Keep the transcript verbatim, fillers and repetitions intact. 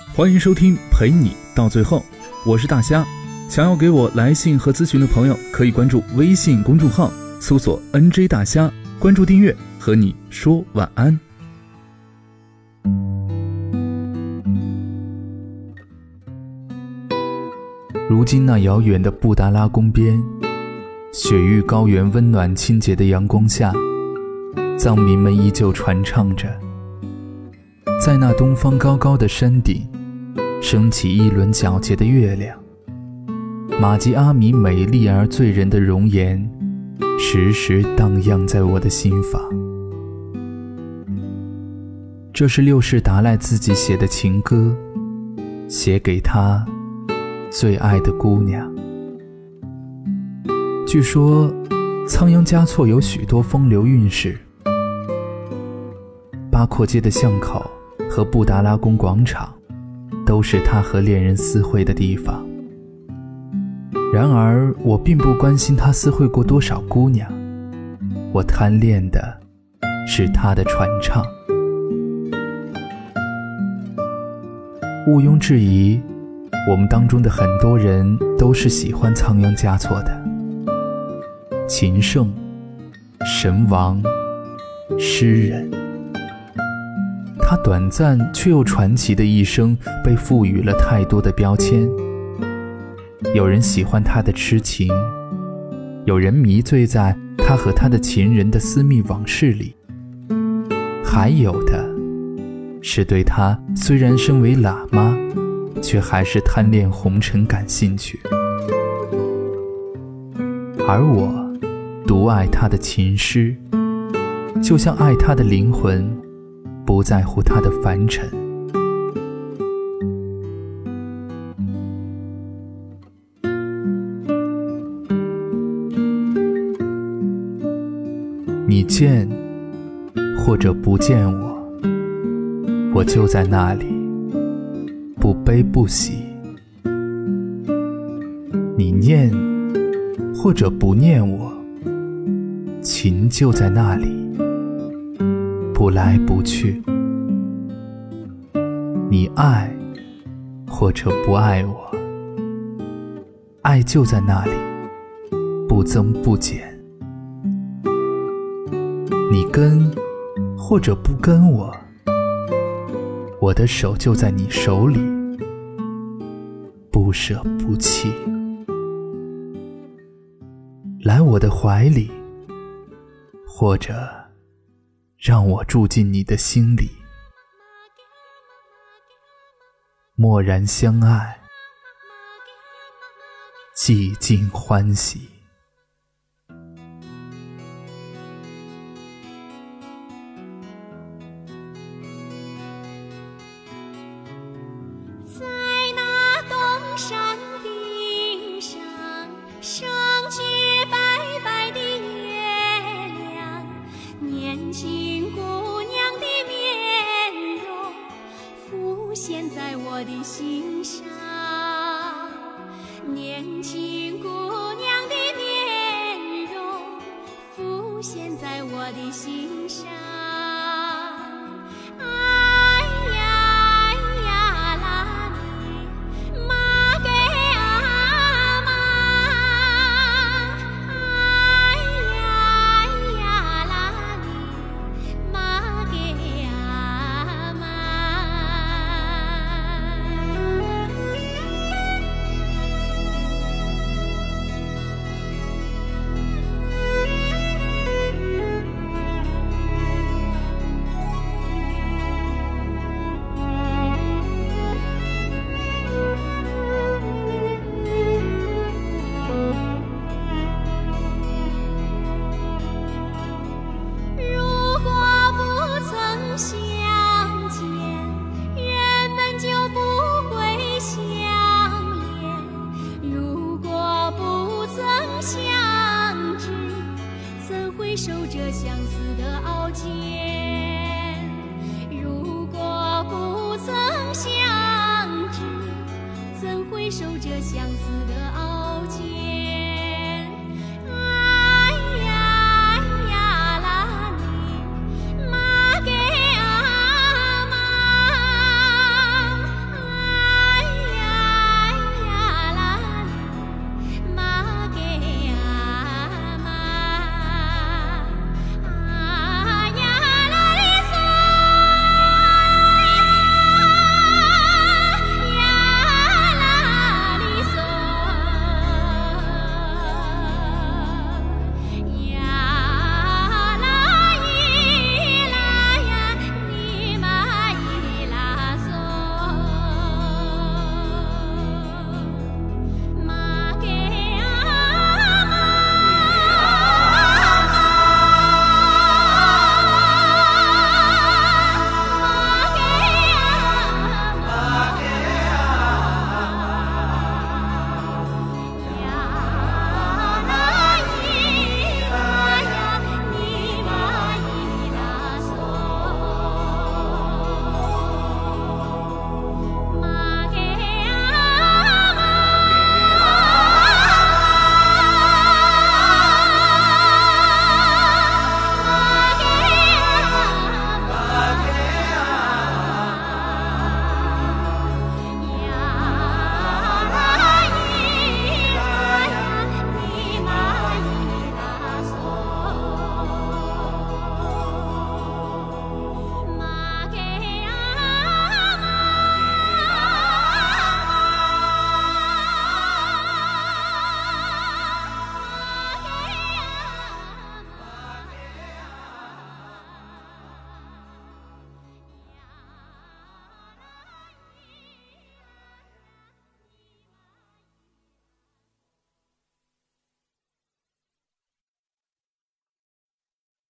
欢迎收听陪你到最后，我是大虾。想要给我来信和咨询的朋友，可以关注微信公众号，搜索 N J 大虾，关注订阅，和你说晚安。如今那遥远的布达拉宫边，雪域高原温暖清洁的阳光下，藏民们依旧传唱着。在那东方高高的山顶，升起一轮皎洁的月亮，玛吉阿米美丽而醉人的容颜时时荡漾在我的心房。这是六世达赖自己写的情歌，写给他最爱的姑娘。据说仓央嘉措有许多风流韵事，八廓街的巷口和布达拉宫广场都是他和恋人私会的地方。然而我并不关心他私会过多少姑娘，我贪恋的是他的传唱。毋庸置疑，我们当中的很多人都是喜欢仓央嘉措的。情圣、神王、诗人，他短暂却又传奇的一生被赋予了太多的标签。有人喜欢他的痴情，有人迷醉在他和他的情人的私密往事里，还有的是对他虽然身为喇嘛，却还是贪恋红尘感兴趣。而我独爱他的情诗，就像爱他的灵魂，不在乎他的凡尘。你见或者不见我，我就在那里，不悲不喜。你念或者不念我，情就在那里，不来不去。你爱或者不爱我，爱就在那里，不增不减。你跟或者不跟我，我的手就在你手里，不舍不弃。来我的怀里，或者让我住进你的心里，默然相爱，寂静欢喜。 在那东山顶上升起白白的月亮，年轻姑娘的面容浮现在我的心上，年轻姑娘的面容浮现在我的心上。